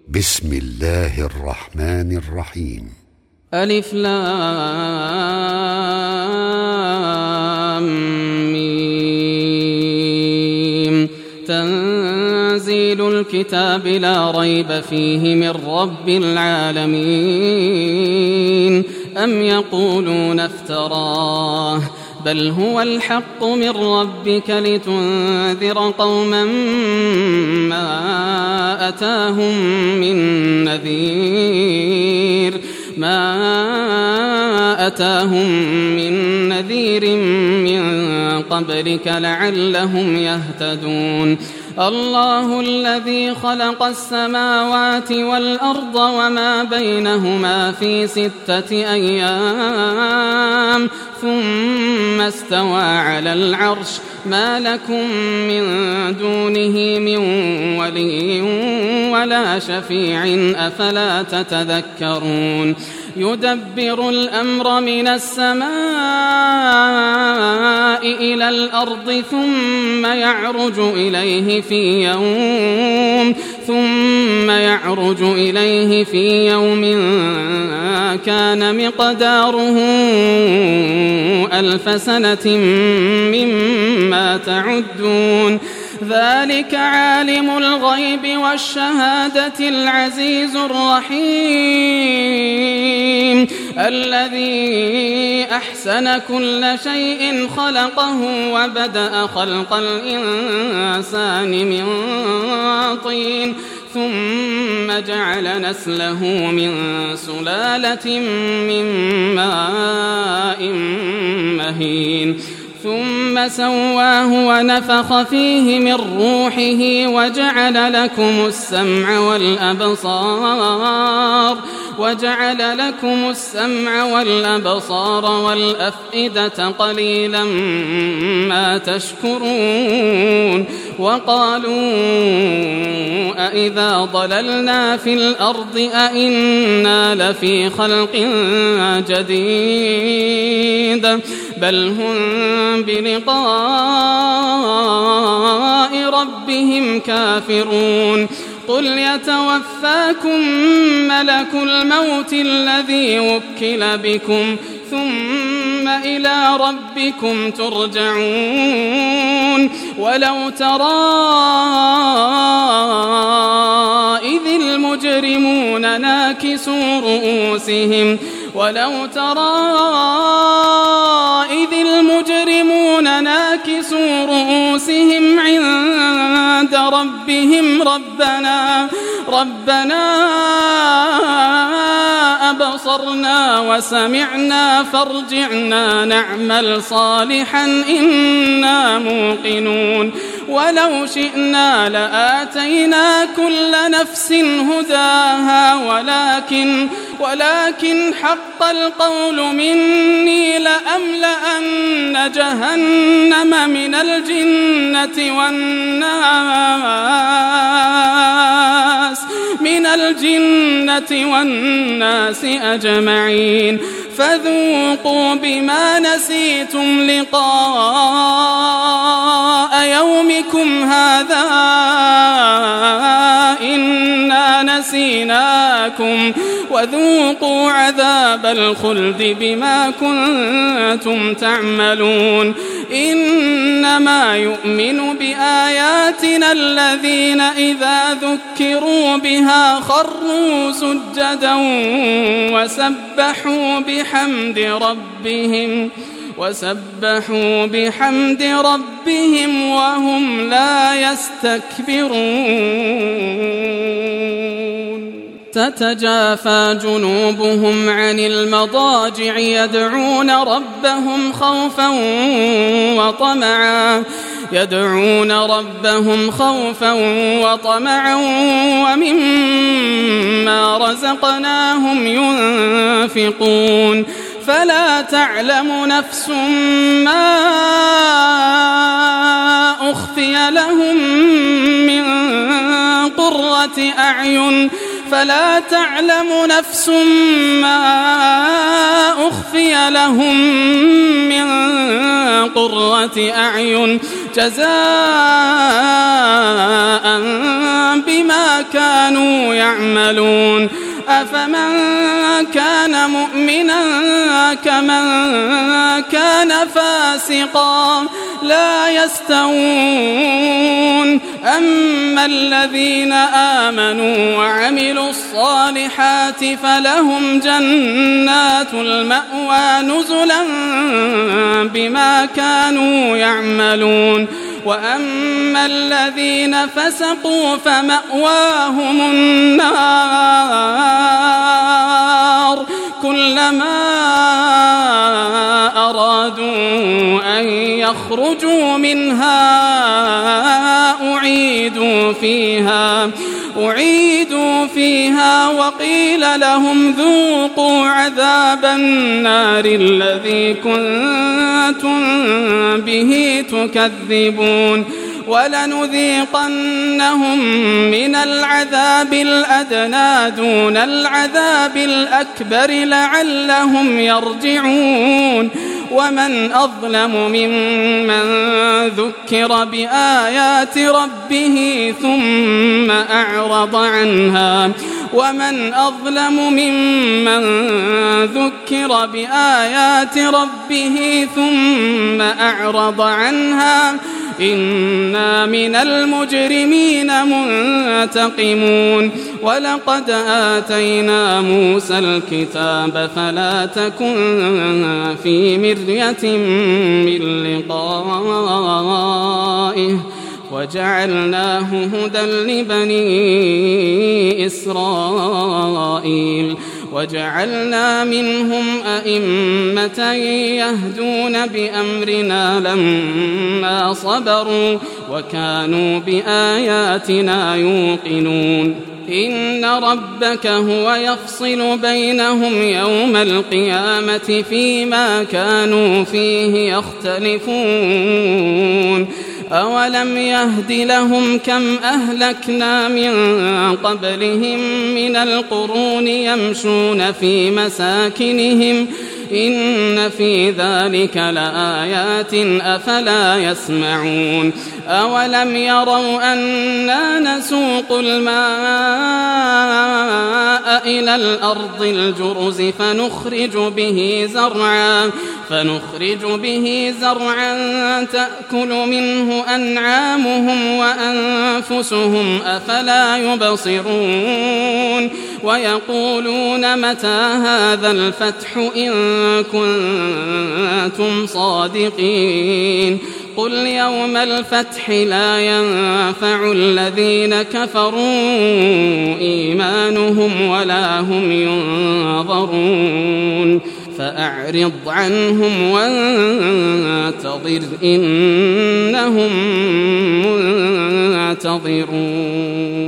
بسم الله الرحمن الرحيم. ألف لام ميم. تنزيل الكتاب لا ريب فيه من رب العالمين. أم يقولون افتراه بل هو الحق من ربك لتنذر قوما ما أتاهم من نذير من قبلك لعلهم يهتدون. الله الذي خلق السماوات والأرض وما بينهما في 6 أيام ثم استوى على العرش. ما لكم من دونه من ولي ولا شفيع أفلا تتذكرون. يدبر الأمر من السماء إلى الأرض ثم يعرج إليه في يوم كان مقداره 1000 سنة مما تعدون. ذلك عالم الغيب والشهادة العزيز الرحيم الذي أحسن كل شيء خلقه وبدأ خلق الإنسان من طين ثم جعل نسله من سلالة من ماء مهين ثم سواه ونفخ فيه من روحه وجعل لكم السمع والأبصار والأفئدة قليلا ما تشكرون. وقالوا أإذا ضللنا في الأرض أإنا لفي خلق جديد بل هم بلقاء ربهم كافرون. قل يتوفاكم ملك الموت الذي وكل بكم ثم إلى ربكم ترجعون. ولو ترى إذ المجرمون ناكسوا رؤوسهم عند ربهم ربنا أبصرنا وسمعنا فارجعنا نعمل صالحا إنا موقنون. ولو شئنا لآتينا كل نفس هداها ولكن حق القول مني لأملأن جهنم من الجنة والناس أجمعين. فذوقوا بما نسيتم لقاء يومكم هذا إنا نسيناكم وذوقوا عذاب الخلد بما كنتم تعملون. إنما يؤمن بآياتنا الذين إذا ذكروا بها خروا سجدا وسبحوا بحمد ربهم وهم لا يستكبرون. تتجافى جنوبهم عن المضاجع يدعون ربهم خوفا وطمعا ومما رزقناهم ينفقون. فلا تعلم نفس ما أخفي لهم من قرة أعين جزاء بما كانوا يعملون أفمن كان مؤمنا كمن كان فاسقا لا يستوون أما الذين آمنوا وعملوا الصالحات فلهم جنات المأوى نزلا بما كانوا يعملون وأما الذين فسقوا فمأواهم النار كلما أرادوا أن يخرجوا منها أعيدوا فيها وقيل لهم ذوقوا عذاب النار الذي كنتم به تكذبون ولنذيقنهم من العذاب الأدنى دون العذاب الأكبر لعلهم يرجعون ومن أظلم ممن ذكر بآيات ربه ثم أعرض عنها ومن أظلم ممن ذكر بآيات ربه ثم أعرض عنها إنا من المجرمين منتقمون ولقد آتينا موسى الكتاب فلا تكن في مرية من لقائه وجعلناه هدى لبني إسرائيل وجعلنا منهم أئمة يهدون بأمرنا لما صبروا وكانوا بآياتنا يوقنون إن ربك هو يفصل بينهم يوم القيامة فيما كانوا فيه يختلفون أولم يهد لهم كم أهلكنا من قبلهم من القرون يمشون في مساكنهم إن في ذلك لآيات أفلا يسمعون أولم يروا أنا نسوق الماء إلى الأرض الجرز فنخرج به زرعا تأكل منه أنعامهم وأنفسهم أفلا يبصرون ويقولون متى هذا الفتح إن كنتم صادقين قل يوم الفتح لا ينفع الذين كفروا إيمانهم ولا هم ينظرون فأعرض عنهم وانتظر إنهم منتظرون